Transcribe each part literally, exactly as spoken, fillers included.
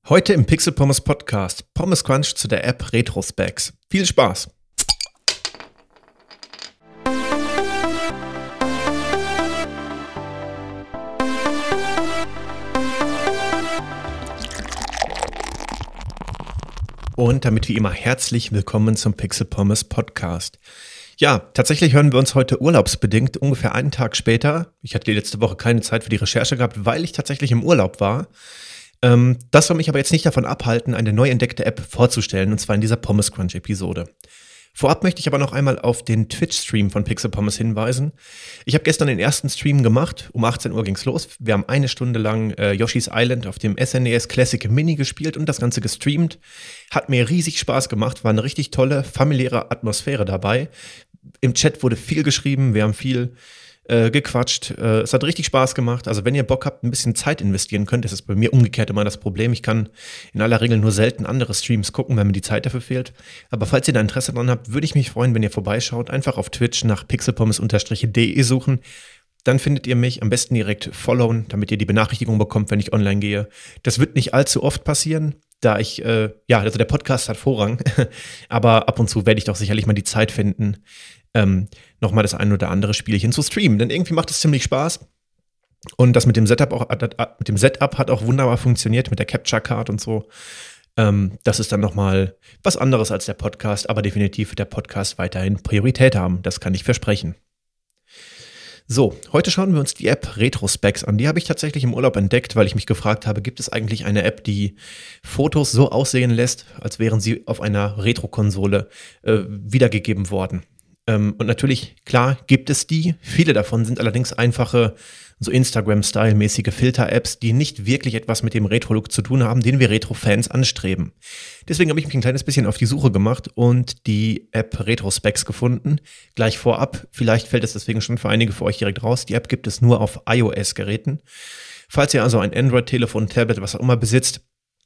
Heute im Pixel Pommes Podcast Pommes Crunch zu der App Retrospecs. Viel Spaß! Und damit wie immer herzlich willkommen zum Pixel Pommes Podcast. Ja, tatsächlich hören wir uns heute urlaubsbedingt ungefähr einen Tag später. Ich hatte die letzte Woche keine Zeit für die Recherche gehabt, weil ich tatsächlich im Urlaub war. Ähm, das soll mich aber jetzt nicht davon abhalten, eine neu entdeckte App vorzustellen, und zwar in dieser Pommes Crunch-Episode. Vorab möchte ich aber noch einmal auf den Twitch-Stream von Pixel Pommes hinweisen. Ich habe gestern den ersten Stream gemacht, um achtzehn Uhr ging's los. Wir haben eine Stunde lang äh, Yoshi's Island auf dem S N E S Classic Mini gespielt und das Ganze gestreamt. Hat mir riesig Spaß gemacht, war eine richtig tolle, familiäre Atmosphäre dabei. Im Chat wurde viel geschrieben, wir haben viel äh, gequatscht. Äh, es hat richtig Spaß gemacht. Also wenn ihr Bock habt, ein bisschen Zeit investieren könnt, das ist bei mir umgekehrt immer das Problem. Ich kann in aller Regel nur selten andere Streams gucken, wenn mir die Zeit dafür fehlt. Aber falls ihr da Interesse dran habt, würde ich mich freuen, wenn ihr vorbeischaut. Einfach auf Twitch nach pixelpommes-de suchen. Dann findet ihr mich, am besten direkt followen, damit ihr die Benachrichtigung bekommt, wenn ich online gehe. Das wird nicht allzu oft passieren, da ich, äh, ja, also der Podcast hat Vorrang. Aber ab und zu werde ich doch sicherlich mal die Zeit finden, ähm, nochmal das ein oder andere Spielchen zu streamen. Denn irgendwie macht es ziemlich Spaß. Und das mit dem Setup auch, mit dem Setup hat auch wunderbar funktioniert, mit der Capture Card und so. Ähm, das ist dann nochmal was anderes als der Podcast, aber definitiv wird der Podcast weiterhin Priorität haben. Das kann ich versprechen. So, heute schauen wir uns die App Retrospecs an. Die habe ich tatsächlich im Urlaub entdeckt, weil ich mich gefragt habe, gibt es eigentlich eine App, die Fotos so aussehen lässt, als wären sie auf einer Retro-Konsole äh, wiedergegeben worden. Ähm, und natürlich, klar, gibt es die. Viele davon sind allerdings einfache, so Instagram-Style-mäßige Filter-Apps, die nicht wirklich etwas mit dem Retro-Look zu tun haben, den wir Retro-Fans anstreben. Deswegen habe ich mich ein kleines bisschen auf die Suche gemacht und die App Retrospecs gefunden. Gleich vorab, vielleicht fällt es deswegen schon für einige für euch direkt raus, die App gibt es nur auf iOS-Geräten. Falls ihr also ein Android-Telefon, Tablet, was auch immer besitzt,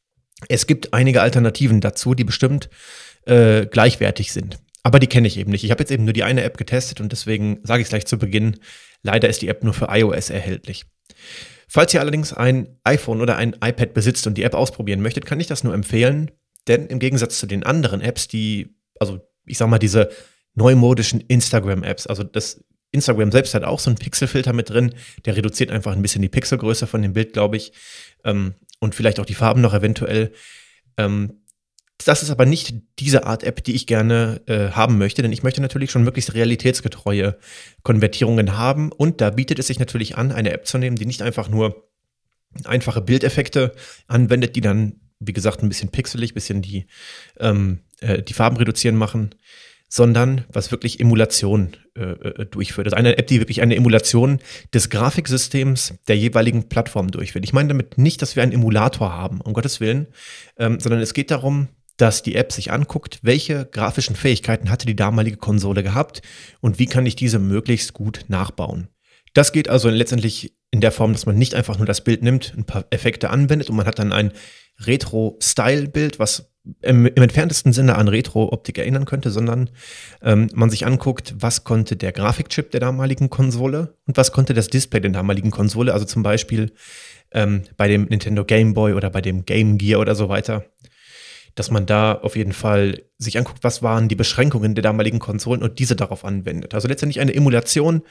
es gibt einige Alternativen dazu, die bestimmt äh, gleichwertig sind. Aber die kenne ich eben nicht. Ich habe jetzt eben nur die eine App getestet und deswegen sage ich es gleich zu Beginn, leider ist die App nur für iOS erhältlich. Falls ihr allerdings ein iPhone oder ein iPad besitzt und die App ausprobieren möchtet, kann ich das nur empfehlen, denn im Gegensatz zu den anderen Apps, die, also ich sag mal diese neumodischen Instagram-Apps, also das Instagram selbst hat auch so einen Pixelfilter mit drin, der reduziert einfach ein bisschen die Pixelgröße von dem Bild, glaube ich, ähm, und vielleicht auch die Farben noch eventuell. Ähm, Das ist aber nicht diese Art App, die ich gerne äh, haben möchte, denn ich möchte natürlich schon möglichst realitätsgetreue Konvertierungen haben und da bietet es sich natürlich an, eine App zu nehmen, die nicht einfach nur einfache Bildeffekte anwendet, die dann, wie gesagt, ein bisschen pixelig, ein bisschen die, ähm, äh, die Farben reduzieren machen, sondern was wirklich Emulation äh, durchführt. Das ist eine App, die wirklich eine Emulation des Grafiksystems der jeweiligen Plattform durchführt. Ich meine damit nicht, dass wir einen Emulator haben, um Gottes Willen, ähm, sondern es geht darum, dass die App sich anguckt, welche grafischen Fähigkeiten hatte die damalige Konsole gehabt und wie kann ich diese möglichst gut nachbauen. Das geht also letztendlich in der Form, dass man nicht einfach nur das Bild nimmt, ein paar Effekte anwendet und man hat dann ein Retro-Style-Bild, was im, im entferntesten Sinne an Retro-Optik erinnern könnte, sondern ähm, man sich anguckt, was konnte der Grafikchip der damaligen Konsole und was konnte das Display der damaligen Konsole, also zum Beispiel ähm, bei dem Nintendo Game Boy oder bei dem Game Gear oder so weiter, dass man da auf jeden Fall sich anguckt, was waren die Beschränkungen der damaligen Konsolen und diese darauf anwendet. Also letztendlich eine Emulation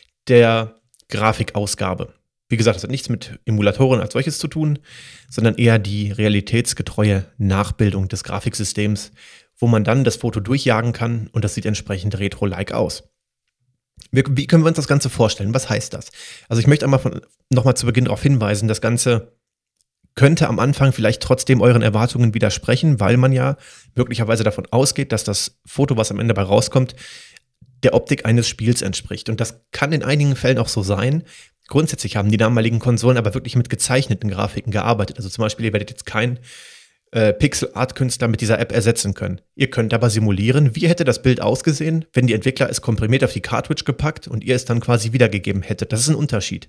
der Grafikausgabe. Wie gesagt, das hat nichts mit Emulatoren als solches zu tun, sondern eher die realitätsgetreue Nachbildung des Grafiksystems, wo man dann das Foto durchjagen kann und das sieht entsprechend retro-like aus. Wie, wie können wir uns das Ganze vorstellen? Was heißt das? Also ich möchte einmal von, noch mal zu Beginn darauf hinweisen, das Ganze könnte am Anfang vielleicht trotzdem euren Erwartungen widersprechen, weil man ja möglicherweise davon ausgeht, dass das Foto, was am Ende dabei rauskommt, der Optik eines Spiels entspricht. Und das kann in einigen Fällen auch so sein. Grundsätzlich haben die damaligen Konsolen aber wirklich mit gezeichneten Grafiken gearbeitet. Also zum Beispiel, ihr werdet jetzt kein äh, Pixel-Art-Künstler mit dieser App ersetzen können. Ihr könnt aber simulieren, wie hätte das Bild ausgesehen, wenn die Entwickler es komprimiert auf die Cartridge gepackt und ihr es dann quasi wiedergegeben hättet. Das ist ein Unterschied.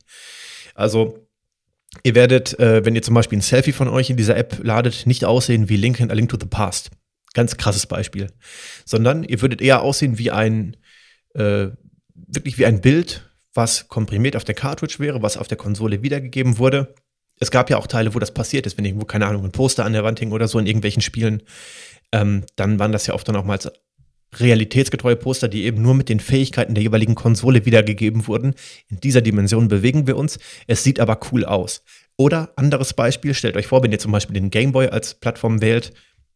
Also ihr werdet, äh, wenn ihr zum Beispiel ein Selfie von euch in dieser App ladet, nicht aussehen wie Link in A Link to the Past. Ganz krasses Beispiel. Sondern ihr würdet eher aussehen wie ein, äh, wirklich wie ein Bild, was komprimiert auf der Cartridge wäre, was auf der Konsole wiedergegeben wurde. es gab ja auch Teile, wo das passiert ist, wenn irgendwo, keine Ahnung, ein Poster an der Wand hing oder so in irgendwelchen Spielen, ähm, dann waren das ja oft dann auch mal realitätsgetreue Poster, die eben nur mit den Fähigkeiten der jeweiligen Konsole wiedergegeben wurden. In dieser Dimension bewegen wir uns. Es sieht aber cool aus. Oder anderes Beispiel, stellt euch vor, wenn ihr zum Beispiel den Gameboy als Plattform wählt,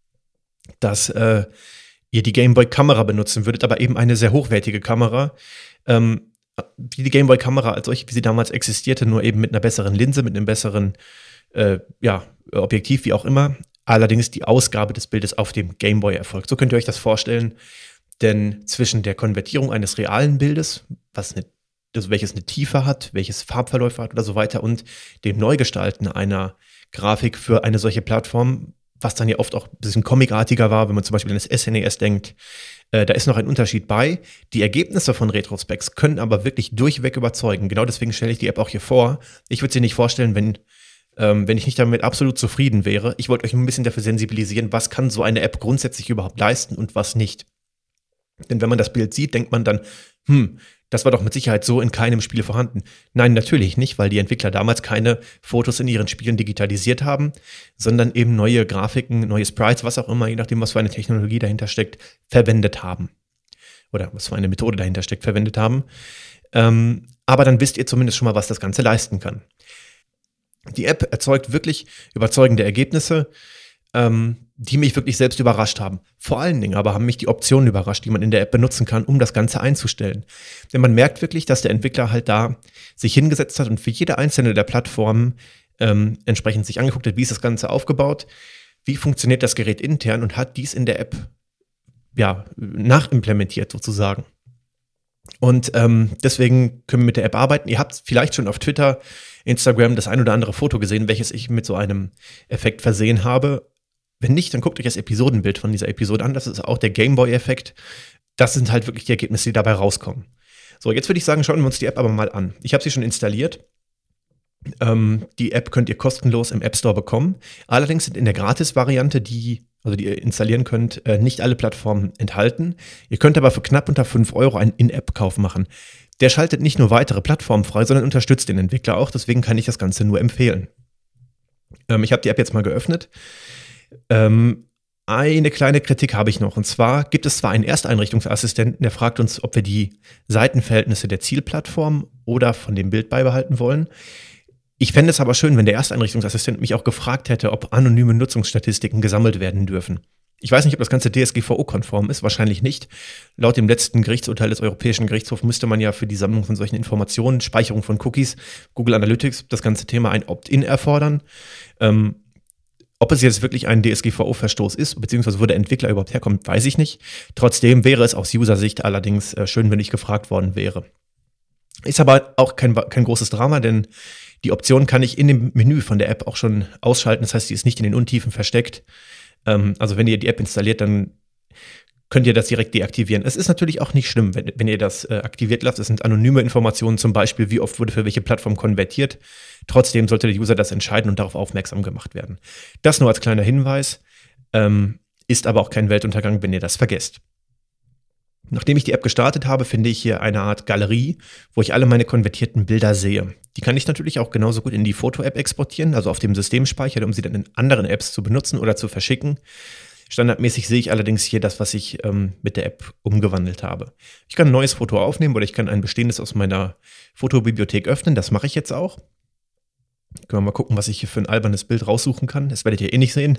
dass äh, ihr die Gameboy-Kamera benutzen würdet, aber eben eine sehr hochwertige Kamera, ähm, wie die Gameboy-Kamera als solche, wie sie damals existierte, nur eben mit einer besseren Linse, mit einem besseren äh, ja, Objektiv, wie auch immer. Allerdings die Ausgabe des Bildes auf dem Gameboy erfolgt. So könnt ihr euch das vorstellen, denn zwischen der Konvertierung eines realen Bildes, was eine, also welches eine Tiefe hat, welches Farbverläufe hat oder so weiter, und dem Neugestalten einer Grafik für eine solche Plattform, was dann ja oft auch ein bisschen comicartiger war, wenn man zum Beispiel an das S N E S denkt, äh, da ist noch ein Unterschied bei. Die Ergebnisse von Retrospecs können aber wirklich durchweg überzeugen. Genau deswegen stelle ich die App auch hier vor. Ich würde sie nicht vorstellen, wenn Ähm, wenn ich nicht damit absolut zufrieden wäre. Ich wollte euch ein bisschen dafür sensibilisieren, was kann so eine App grundsätzlich überhaupt leisten und was nicht. Denn wenn man das Bild sieht, denkt man dann, hm, das war doch mit Sicherheit so in keinem Spiel vorhanden. Nein, natürlich nicht, weil die Entwickler damals keine Fotos in ihren Spielen digitalisiert haben, sondern eben neue Grafiken, neue Sprites, was auch immer, je nachdem, was für eine Technologie dahinter steckt, verwendet haben. Oder was für eine Methode dahinter steckt, verwendet haben. Ähm, aber dann wisst ihr zumindest schon mal, was das Ganze leisten kann. Die App erzeugt wirklich überzeugende Ergebnisse, ähm, die mich wirklich selbst überrascht haben. Vor allen Dingen aber haben mich die Optionen überrascht, die man in der App benutzen kann, um das Ganze einzustellen. Denn man merkt wirklich, dass der Entwickler halt da sich hingesetzt hat und für jede einzelne der Plattformen ähm, entsprechend sich angeguckt hat, wie ist das Ganze aufgebaut, wie funktioniert das Gerät intern, und hat dies in der App ja nachimplementiert sozusagen. Und ähm, deswegen können wir mit der App arbeiten. Ihr habt vielleicht schon auf Twitter, Instagram das ein oder andere Foto gesehen, welches ich mit so einem Effekt versehen habe. Wenn nicht, dann guckt euch das Episodenbild von dieser Episode an. Das ist auch der Gameboy-Effekt. Das sind halt wirklich die Ergebnisse, die dabei rauskommen. So, jetzt würde ich sagen, schauen wir uns die App aber mal an. Ich habe sie schon installiert. Ähm, die App könnt ihr kostenlos im App Store bekommen. Allerdings sind in der Gratis-Variante, die, also die ihr installieren könnt, äh, nicht alle Plattformen enthalten. Ihr könnt aber für knapp unter fünf Euro einen In-App-Kauf machen. Der schaltet nicht nur weitere Plattformen frei, sondern unterstützt den Entwickler auch. Deswegen kann ich das Ganze nur empfehlen. Ähm, ich habe die App jetzt mal geöffnet. Ähm, eine kleine Kritik habe ich noch. Und zwar gibt es zwar einen Ersteinrichtungsassistenten, der fragt uns, ob wir die Seitenverhältnisse der Zielplattform oder von dem Bild beibehalten wollen. Ich fände es aber schön, wenn der Ersteinrichtungsassistent mich auch gefragt hätte, ob anonyme Nutzungsstatistiken gesammelt werden dürfen. Ich weiß nicht, ob das Ganze D S G V O-konform ist, wahrscheinlich nicht. Laut dem letzten Gerichtsurteil des Europäischen Gerichtshofs müsste man ja für die Sammlung von solchen Informationen, Speicherung von Cookies, Google Analytics, das ganze Thema ein Opt-in erfordern. Ähm, ob es jetzt wirklich ein D S G V O-Verstoß ist, beziehungsweise wo der Entwickler überhaupt herkommt, weiß ich nicht. Trotzdem wäre es aus User-Sicht allerdings äh, schön, wenn ich gefragt worden wäre. Ist aber auch kein, kein großes Drama, denn die Option kann ich in dem Menü von der App auch schon ausschalten. Das heißt, die ist nicht in den Untiefen versteckt. Also wenn ihr die App installiert, dann könnt ihr das direkt deaktivieren. Es ist natürlich auch nicht schlimm, wenn, wenn ihr das äh, aktiviert lasst. Es sind anonyme Informationen, zum Beispiel, wie oft wurde für welche Plattform konvertiert. Trotzdem sollte der User das entscheiden und darauf aufmerksam gemacht werden. Das nur als kleiner Hinweis, ähm, ist aber auch kein Weltuntergang, wenn ihr das vergesst. Nachdem ich die App gestartet habe, finde ich hier eine Art Galerie, wo ich alle meine konvertierten Bilder sehe. Die kann ich natürlich auch genauso gut in die Foto-App exportieren, also auf dem Systemspeicher, um sie dann in anderen Apps zu benutzen oder zu verschicken. Standardmäßig sehe ich allerdings hier das, was ich ähm, mit der App umgewandelt habe. Ich kann ein neues Foto aufnehmen oder ich kann ein bestehendes aus meiner Fotobibliothek öffnen. Das mache ich jetzt auch. Können wir mal gucken, was ich hier für ein albernes Bild raussuchen kann. Das werdet ihr eh nicht sehen.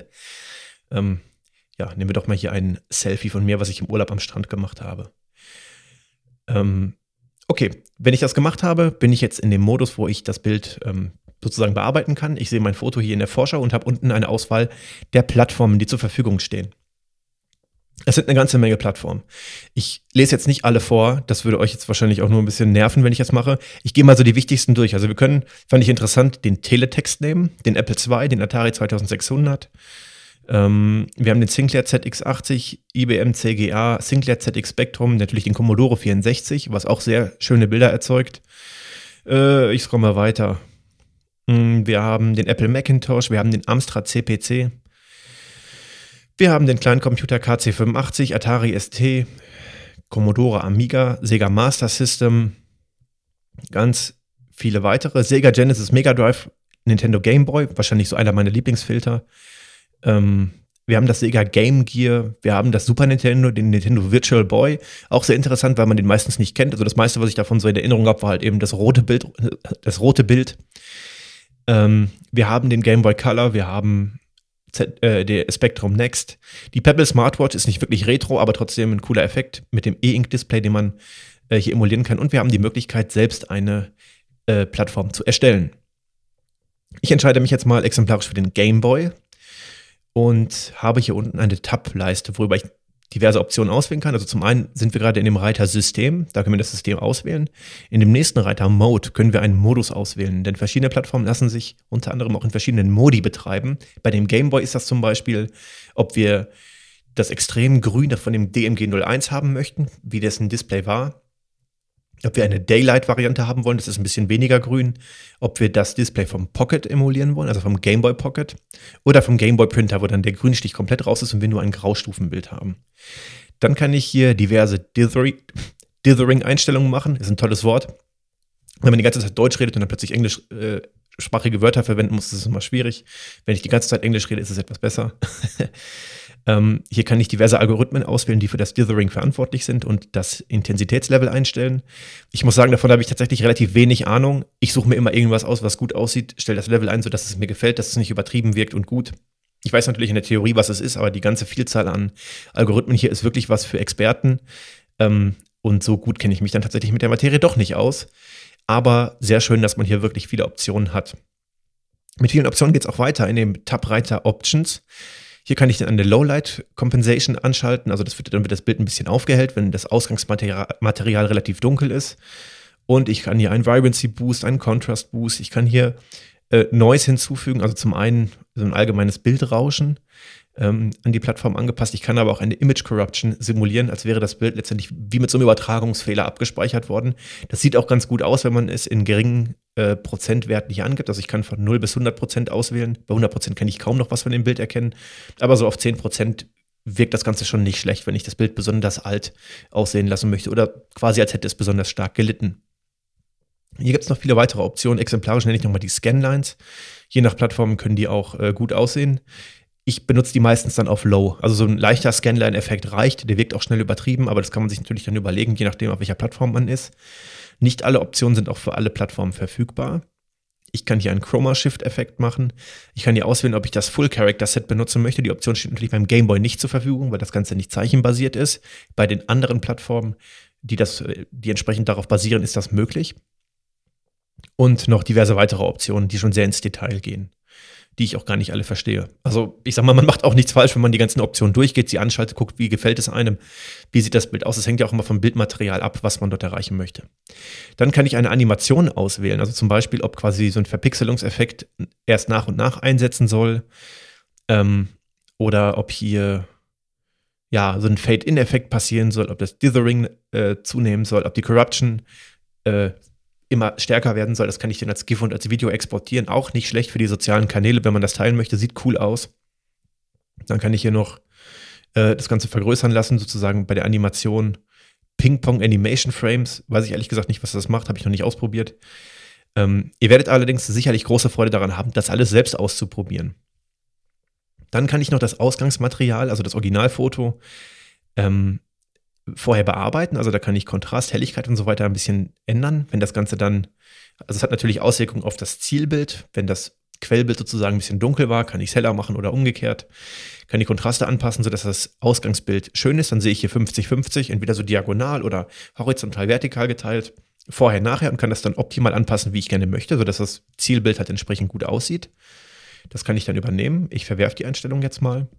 ähm, ja, nehmen wir doch mal hier ein Selfie von mir, was ich im Urlaub am Strand gemacht habe. Ähm, okay, wenn ich das gemacht habe, bin ich jetzt in dem Modus, wo ich das Bild ähm, sozusagen bearbeiten kann. Ich sehe mein Foto hier in der Vorschau und habe unten eine Auswahl der Plattformen, die zur Verfügung stehen. Es sind eine ganze Menge Plattformen. Ich lese jetzt nicht alle vor, das würde euch jetzt wahrscheinlich auch nur ein bisschen nerven, wenn ich das mache. Ich gehe mal so die wichtigsten durch. Also wir können, fand ich interessant, den Teletext nehmen, den Apple zwei, den Atari zweitausendsechshundert. Ähm, wir haben den Sinclair Z X achtzig, I B M C G A, Sinclair Z X Spectrum, natürlich den Commodore vierundsechzig, was auch sehr schöne Bilder erzeugt. Äh, ich scroll mal weiter. Wir haben den Apple Macintosh, wir haben den Amstrad C P C, wir haben den kleinen Computer K C fünfundachtzig, Atari S T, Commodore Amiga, Sega Master System, ganz viele weitere, Sega Genesis Mega Drive, Nintendo Game Boy, wahrscheinlich so einer meiner Lieblingsfilter. Ähm, wir haben das Sega Game Gear, wir haben das Super Nintendo, den Nintendo Virtual Boy. Auch sehr interessant, weil man den meistens nicht kennt. Also das meiste, was ich davon so in Erinnerung habe, war halt eben das rote Bild. Das rote Bild. Ähm, wir haben den Game Boy Color, wir haben Z- äh, der Spectrum Next. Die Pebble Smartwatch ist nicht wirklich retro, aber trotzdem ein cooler Effekt mit dem E-Ink-Display, den man äh, hier emulieren kann. Und wir haben die Möglichkeit, selbst eine äh, Plattform zu erstellen. Ich entscheide mich jetzt mal exemplarisch für den Game Boy und habe hier unten eine Tab-Leiste, worüber ich diverse Optionen auswählen kann. Also zum einen sind wir gerade in dem Reiter System, da können wir das System auswählen. In dem nächsten Reiter Mode können wir einen Modus auswählen, denn verschiedene Plattformen lassen sich unter anderem auch in verschiedenen Modi betreiben. Bei dem Game Boy ist das zum Beispiel, ob wir das extrem Grün von dem D M G null eins haben möchten, wie dessen Display war. Ob wir eine Daylight-Variante haben wollen, das ist ein bisschen weniger grün. Ob wir das Display vom Pocket emulieren wollen, also vom Game Boy Pocket. Oder vom Game Boy Printer, wo dann der Grünstich komplett raus ist und wir nur ein Graustufenbild haben. Dann kann ich hier diverse Dithering- Dithering-Einstellungen machen. Das ist ein tolles Wort. Wenn man die ganze Zeit Deutsch redet und dann plötzlich englischsprachige Wörter verwenden muss, ist es immer schwierig. Wenn ich die ganze Zeit Englisch rede, ist es etwas besser. Ähm, hier kann ich diverse Algorithmen auswählen, die für das Dithering verantwortlich sind und das Intensitätslevel einstellen. Ich muss sagen, davon habe ich tatsächlich relativ wenig Ahnung. Ich suche mir immer irgendwas aus, was gut aussieht, stelle das Level ein, sodass es mir gefällt, dass es nicht übertrieben wirkt und gut. Ich weiß natürlich in der Theorie, was es ist, aber die ganze Vielzahl an Algorithmen hier ist wirklich was für Experten. Ähm, und so gut kenne ich mich dann tatsächlich mit der Materie doch nicht aus. Aber sehr schön, dass man hier wirklich viele Optionen hat. Mit vielen Optionen geht es auch weiter in dem Tab-Reiter Options. Hier kann ich dann eine Lowlight Compensation anschalten, also das wird, dann wird das Bild ein bisschen aufgehellt, wenn das Ausgangsmaterial Material relativ dunkel ist. Und ich kann hier einen Vibrancy Boost, einen Contrast Boost, ich kann hier äh, Noise hinzufügen, also zum einen so ein allgemeines Bildrauschen ähm, an die Plattform angepasst. Ich kann aber auch eine Image Corruption simulieren, als wäre das Bild letztendlich wie mit so einem Übertragungsfehler abgespeichert worden. Das sieht auch ganz gut aus, wenn man es in geringen äh, Prozentwerten hier angibt. Also ich kann von null bis hundert Prozent auswählen. Bei hundert Prozent kann ich kaum noch was von dem Bild erkennen. Aber so auf zehn Prozent wirkt das Ganze schon nicht schlecht, wenn ich das Bild besonders alt aussehen lassen möchte oder quasi als hätte es besonders stark gelitten. Hier gibt es noch viele weitere Optionen. Exemplarisch nenne ich nochmal die Scanlines. Je nach Plattform können die auch äh, gut aussehen. Ich benutze die meistens dann auf Low. Also so ein leichter Scanline-Effekt reicht. Der wirkt auch schnell übertrieben, aber das kann man sich natürlich dann überlegen, je nachdem, auf welcher Plattform man ist. Nicht alle Optionen sind auch für alle Plattformen verfügbar. Ich kann hier einen Chroma-Shift-Effekt machen. Ich kann hier auswählen, ob ich das Full-Character-Set benutzen möchte. Die Option steht natürlich beim Game Boy nicht zur Verfügung, weil das Ganze nicht zeichenbasiert ist. Bei den anderen Plattformen, die, das, die entsprechend darauf basieren, ist das möglich. Und noch diverse weitere Optionen, die schon sehr ins Detail gehen, die ich auch gar nicht alle verstehe. Also ich sag mal, man macht auch nichts falsch, wenn man die ganzen Optionen durchgeht, sie anschaltet, guckt, wie gefällt es einem, wie sieht das Bild aus. Es hängt ja auch immer vom Bildmaterial ab, was man dort erreichen möchte. Dann kann ich eine Animation auswählen, also zum Beispiel, ob quasi so ein Verpixelungseffekt erst nach und nach einsetzen soll ähm, oder ob hier ja so ein Fade-In-Effekt passieren soll, ob das Dithering äh, zunehmen soll, ob die Corruption äh, immer stärker werden soll. Das kann ich dann als GIF und als Video exportieren. Auch nicht schlecht für die sozialen Kanäle, wenn man das teilen möchte. Sieht cool aus. Dann kann ich hier noch äh, das Ganze vergrößern lassen, sozusagen bei der Animation Ping-Pong Animation Frames. Weiß ich ehrlich gesagt nicht, was das macht. Habe ich noch nicht ausprobiert. Ähm, ihr werdet allerdings sicherlich große Freude daran haben, das alles selbst auszuprobieren. Dann kann ich noch das Ausgangsmaterial, also das Originalfoto, ähm, vorher bearbeiten, also da kann ich Kontrast, Helligkeit und so weiter ein bisschen ändern, wenn das Ganze dann, also es hat natürlich Auswirkungen auf das Zielbild, wenn das Quellbild sozusagen ein bisschen dunkel war, kann ich es heller machen oder umgekehrt, kann die Kontraste anpassen, sodass das Ausgangsbild schön ist, dann sehe ich hier fünfzig fünfzig, entweder so diagonal oder horizontal vertikal geteilt, vorher, nachher und kann das dann optimal anpassen, wie ich gerne möchte, sodass das Zielbild halt entsprechend gut aussieht. Das kann ich dann übernehmen, ich verwerfe die Einstellung jetzt mal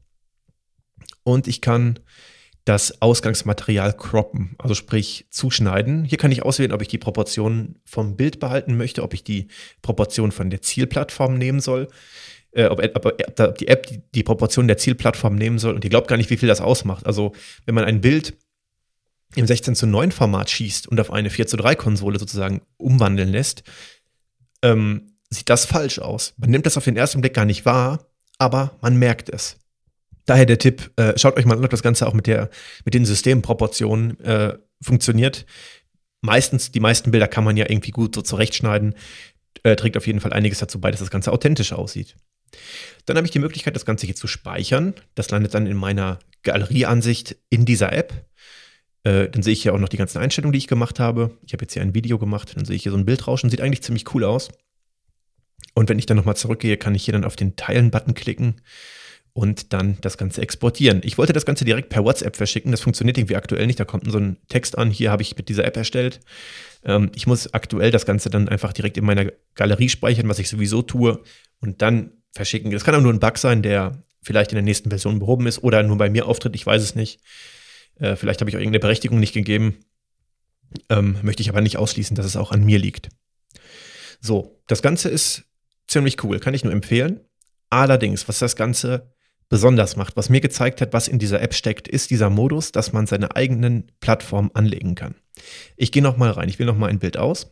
und ich kann das Ausgangsmaterial croppen, also sprich zuschneiden. Hier kann ich auswählen, ob ich die Proportionen vom Bild behalten möchte, ob ich die Proportion von der Zielplattform nehmen soll, äh, ob, ob, ob die App die, die Proportion der Zielplattform nehmen soll und ihr glaubt gar nicht, wie viel das ausmacht. Also wenn man ein Bild im sechzehn zu neun Format schießt und auf eine vier zu drei Konsole sozusagen umwandeln lässt, ähm, sieht das falsch aus. Man nimmt das auf den ersten Blick gar nicht wahr, aber man merkt es. Daher der Tipp, äh, schaut euch mal an, ob das Ganze auch mit, der, mit den Systemproportionen äh, funktioniert. Meistens, die meisten Bilder kann man ja irgendwie gut so zurechtschneiden. äh, trägt auf jeden Fall einiges dazu bei, dass das Ganze authentisch aussieht. Dann habe ich die Möglichkeit, das Ganze hier zu speichern. Das landet dann in meiner Galerieansicht in dieser App. Äh, dann sehe ich hier auch noch die ganzen Einstellungen, die ich gemacht habe. Ich habe jetzt hier ein Video gemacht, dann sehe ich hier so ein Bildrauschen. Sieht eigentlich ziemlich cool aus. Und wenn ich dann nochmal zurückgehe, kann ich hier dann auf den Teilen-Button klicken und dann das Ganze exportieren. Ich wollte das Ganze direkt per WhatsApp verschicken. Das funktioniert irgendwie aktuell nicht. Da kommt so ein Text an. Hier habe ich mit dieser App erstellt. Ähm, ich muss aktuell das Ganze dann einfach direkt in meiner Galerie speichern, was ich sowieso tue, und dann verschicken. Das kann auch nur ein Bug sein, der vielleicht in der nächsten Version behoben ist oder nur bei mir auftritt. Ich weiß es nicht. Äh, vielleicht habe ich auch irgendeine Berechtigung nicht gegeben. Ähm, möchte ich aber nicht ausschließen, dass es auch an mir liegt. So, das Ganze ist ziemlich cool. Kann ich nur empfehlen. Allerdings, was das Ganze besonders macht, was mir gezeigt hat, was in dieser App steckt, ist dieser Modus, dass man seine eigenen Plattformen anlegen kann. Ich gehe nochmal rein. Ich wähle nochmal ein Bild aus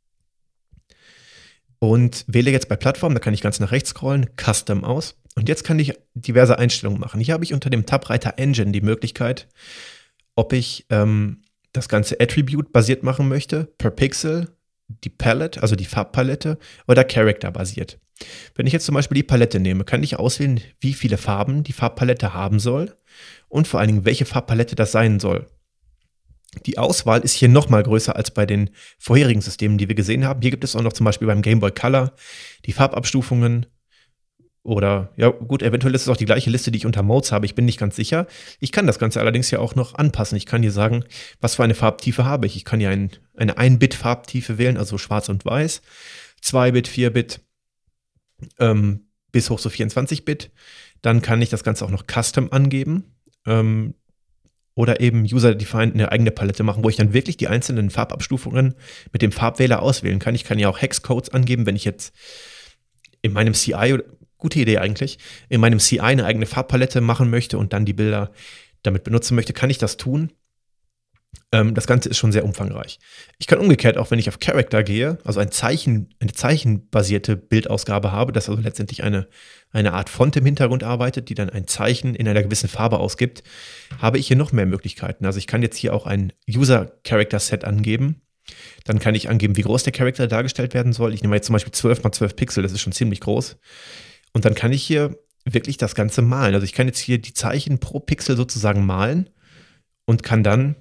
und wähle jetzt bei Plattform, da kann ich ganz nach rechts scrollen, Custom aus. Und jetzt kann ich diverse Einstellungen machen. Hier habe ich unter dem Tab-Reiter Engine die Möglichkeit, ob ich ähm, das Ganze Attribute-basiert machen möchte, per Pixel, die Palette, also die Farbpalette, oder Character-basiert. Wenn ich jetzt zum Beispiel die Palette nehme, kann ich auswählen, wie viele Farben die Farbpalette haben soll und vor allen Dingen, welche Farbpalette das sein soll. Die Auswahl ist hier nochmal größer als bei den vorherigen Systemen, die wir gesehen haben. Hier gibt es auch noch zum Beispiel beim Game Boy Color die Farbabstufungen oder, ja gut, eventuell ist es auch die gleiche Liste, die ich unter Modes habe. Ich bin nicht ganz sicher. Ich kann das Ganze allerdings ja auch noch anpassen. Ich kann hier sagen, was für eine Farbtiefe habe ich. Ich kann hier ein, eine ein Bit Farbtiefe wählen, also schwarz und weiß, zwei Bit, vier Bit, ähm, bis hoch zu vierundzwanzig Bit. Dann kann ich das Ganze auch noch Custom angeben. Ähm, Oder eben User-Defined eine eigene Palette machen, wo ich dann wirklich die einzelnen Farbabstufungen mit dem Farbwähler auswählen kann. Ich kann ja auch Hexcodes angeben, wenn ich jetzt in meinem C I, gute Idee eigentlich, in meinem C I eine eigene Farbpalette machen möchte und dann die Bilder damit benutzen möchte, kann ich das tun. Ähm, das Ganze ist schon sehr umfangreich. Ich kann umgekehrt, auch wenn ich auf Character gehe, also ein Zeichen, eine zeichenbasierte Bildausgabe habe, das also letztendlich eine, eine Art Font im Hintergrund arbeitet, die dann ein Zeichen in einer gewissen Farbe ausgibt, habe ich hier noch mehr Möglichkeiten. Also ich kann jetzt hier auch ein User-Character-Set angeben. Dann kann ich angeben, wie groß der Charakter dargestellt werden soll. Ich nehme jetzt zum Beispiel zwölf mal zwölf Pixel, das ist schon ziemlich groß. Und dann kann ich hier wirklich das Ganze malen. Also ich kann jetzt hier die Zeichen pro Pixel sozusagen malen und kann dann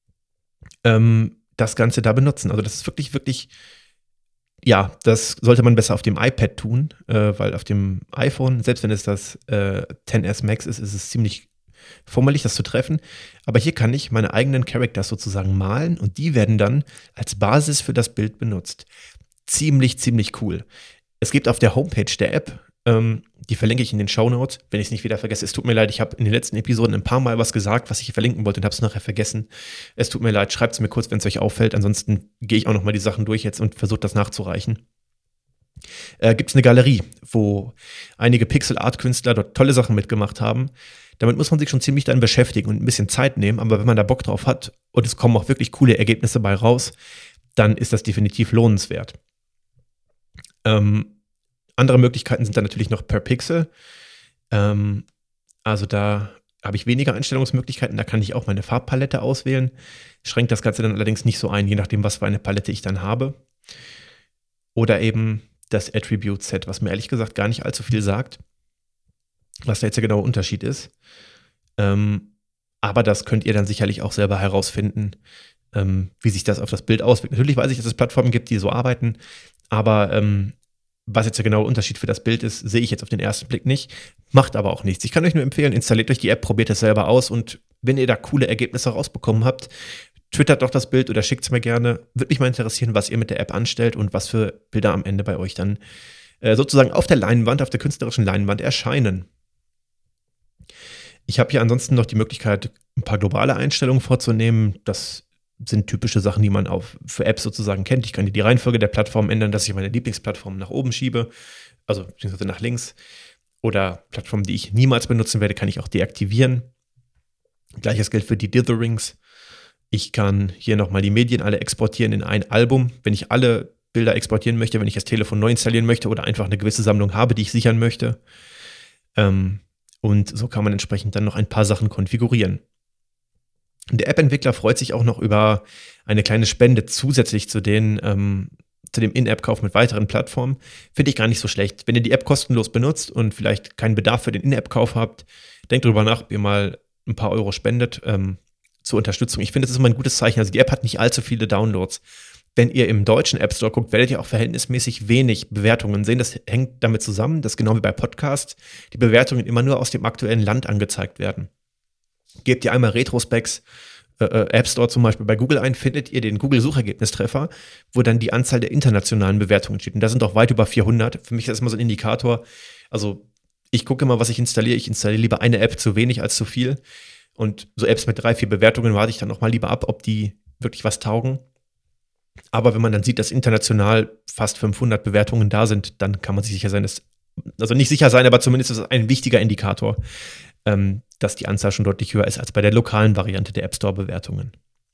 ähm, das Ganze da benutzen. Also das ist wirklich, wirklich, ja, das sollte man besser auf dem iPad tun, äh, weil auf dem iPhone, selbst wenn es das äh, X S Max ist, ist es ziemlich fummelig, das zu treffen. Aber hier kann ich meine eigenen Characters sozusagen malen und die werden dann als Basis für das Bild benutzt. Ziemlich, ziemlich cool. Es gibt auf der Homepage der App, ähm, die verlinke ich in den Shownotes, wenn ich es nicht wieder vergesse. Es tut mir leid, ich habe in den letzten Episoden ein paar Mal was gesagt, was ich hier verlinken wollte und habe es nachher vergessen. Es tut mir leid, schreibt es mir kurz, wenn es euch auffällt. Ansonsten gehe ich auch nochmal die Sachen durch jetzt und versuche das nachzureichen. Äh, gibt es eine Galerie, wo einige Pixel-Art-Künstler dort tolle Sachen mitgemacht haben. Damit muss man sich schon ziemlich dann beschäftigen und ein bisschen Zeit nehmen, aber wenn man da Bock drauf hat und es kommen auch wirklich coole Ergebnisse bei raus, dann ist das definitiv lohnenswert. Ähm, andere Möglichkeiten sind dann natürlich noch per Pixel. Ähm, also da habe ich weniger Einstellungsmöglichkeiten, da kann ich auch meine Farbpalette auswählen, schränkt das Ganze dann allerdings nicht so ein, je nachdem, was für eine Palette ich dann habe. Oder eben das Attribute-Set, was mir ehrlich gesagt gar nicht allzu viel sagt, was da jetzt der genaue Unterschied ist. Ähm, aber das könnt ihr dann sicherlich auch selber herausfinden, ähm, wie sich das auf das Bild auswirkt. Natürlich weiß ich, dass es Plattformen gibt, die so arbeiten, aber ähm, was jetzt der genaue Unterschied für das Bild ist, sehe ich jetzt auf den ersten Blick nicht, macht aber auch nichts. Ich kann euch nur empfehlen, installiert euch die App, probiert es selber aus und wenn ihr da coole Ergebnisse rausbekommen habt, twittert doch das Bild oder schickt es mir gerne. Würde mich mal interessieren, was ihr mit der App anstellt und was für Bilder am Ende bei euch dann äh, sozusagen auf der Leinwand, auf der künstlerischen Leinwand erscheinen. Ich habe hier ansonsten noch die Möglichkeit, ein paar globale Einstellungen vorzunehmen. Das sind typische Sachen, die man auf, für Apps sozusagen kennt. Ich kann hier die Reihenfolge der Plattform ändern, dass ich meine Lieblingsplattform nach oben schiebe, also beziehungsweise nach links. Oder Plattformen, die ich niemals benutzen werde, kann ich auch deaktivieren. Gleiches gilt für die Ditherings. Ich kann hier nochmal die Medien alle exportieren in ein Album. Wenn ich alle Bilder exportieren möchte, wenn ich das Telefon neu installieren möchte oder einfach eine gewisse Sammlung habe, die ich sichern möchte. Ähm, und so kann man entsprechend dann noch ein paar Sachen konfigurieren. Der App-Entwickler freut sich auch noch über eine kleine Spende zusätzlich zu den, ähm, zu dem In-App-Kauf mit weiteren Plattformen, finde ich gar nicht so schlecht. Wenn ihr die App kostenlos benutzt und vielleicht keinen Bedarf für den In-App-Kauf habt, denkt darüber nach, ob ihr mal ein paar Euro spendet ähm, zur Unterstützung. Ich finde, das ist immer ein gutes Zeichen. Also die App hat nicht allzu viele Downloads. Wenn ihr im deutschen App Store guckt, werdet ihr auch verhältnismäßig wenig Bewertungen sehen. Das hängt damit zusammen, dass genau wie bei Podcasts die Bewertungen immer nur aus dem aktuellen Land angezeigt werden. Gebt ihr einmal Retrospecs äh, App Store zum Beispiel bei Google ein, findet ihr den Google-Suchergebnistreffer, wo dann die Anzahl der internationalen Bewertungen steht. Und da sind auch weit über vierhundert. Für mich ist das immer so ein Indikator. Also ich gucke immer, was ich installiere. Ich installiere lieber eine App zu wenig als zu viel. Und so Apps mit drei, vier Bewertungen warte ich dann noch mal lieber ab, ob die wirklich was taugen. Aber wenn man dann sieht, dass international fast fünfhundert Bewertungen da sind, dann kann man sich sicher sein, dass, also nicht sicher sein, aber zumindest ist es ein wichtiger Indikator, ähm, dass die Anzahl schon deutlich höher ist als bei der lokalen Variante der App Store-Bewertungen.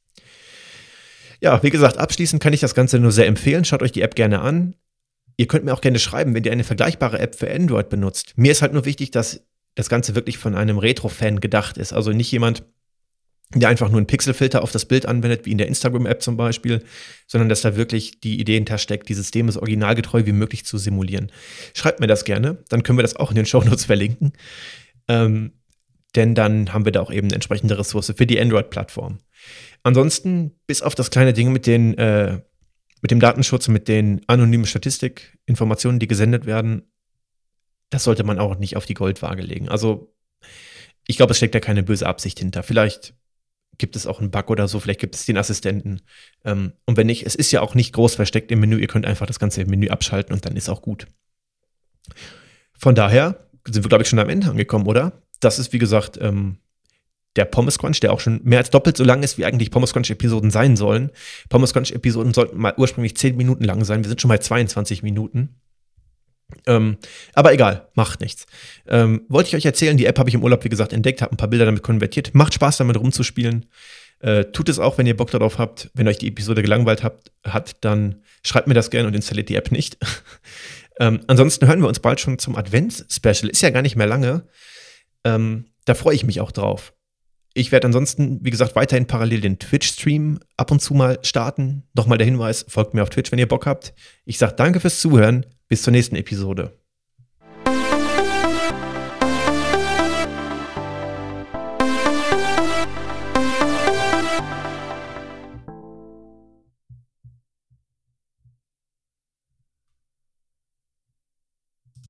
Ja, wie gesagt, abschließend kann ich das Ganze nur sehr empfehlen. Schaut euch die App gerne an. Ihr könnt mir auch gerne schreiben, wenn ihr eine vergleichbare App für Android benutzt. Mir ist halt nur wichtig, dass das Ganze wirklich von einem Retro-Fan gedacht ist. Also nicht jemand, der einfach nur einen Pixelfilter auf das Bild anwendet, wie in der Instagram-App zum Beispiel, sondern dass da wirklich die Idee hintersteckt, die Systeme so originalgetreu wie möglich zu simulieren. Schreibt mir das gerne, dann können wir das auch in den Shownotes verlinken. Ähm, denn dann haben wir da auch eben eine entsprechende Ressource für die Android-Plattform. Ansonsten, bis auf das kleine Ding mit den, äh, mit dem Datenschutz, mit den anonymen Statistikinformationen, die gesendet werden, das sollte man auch nicht auf die Goldwaage legen. Also, ich glaube, es steckt da keine böse Absicht hinter. Vielleicht gibt es auch einen Bug oder so, vielleicht gibt es den Assistenten. Ähm, und wenn nicht, es ist ja auch nicht groß versteckt im Menü. Ihr könnt einfach das ganze Menü abschalten und dann ist auch gut. Von daher sind wir, glaube ich, schon am Ende angekommen, oder? Das ist, wie gesagt, ähm, der Pommes Crunch, der auch schon mehr als doppelt so lang ist, wie eigentlich Pommes Crunch-Episoden sein sollen. Pommes Crunch-Episoden sollten mal ursprünglich zehn Minuten lang sein. Wir sind schon bei zweiundzwanzig Minuten. Ähm, aber egal, macht nichts. Ähm, wollte ich euch erzählen, die App habe ich im Urlaub, wie gesagt, entdeckt, habe ein paar Bilder damit konvertiert. Macht Spaß, damit rumzuspielen. Äh, tut es auch, wenn ihr Bock darauf habt. Wenn euch die Episode gelangweilt habt, hat, dann schreibt mir das gerne und installiert die App nicht. ähm, ansonsten hören wir uns bald schon zum Advents-Special. Ist ja gar nicht mehr lange. Ähm, da freue ich mich auch drauf. Ich werde ansonsten, wie gesagt, weiterhin parallel den Twitch-Stream ab und zu mal starten. Nochmal der Hinweis, folgt mir auf Twitch, wenn ihr Bock habt. Ich sage danke fürs Zuhören. Bis zur nächsten Episode.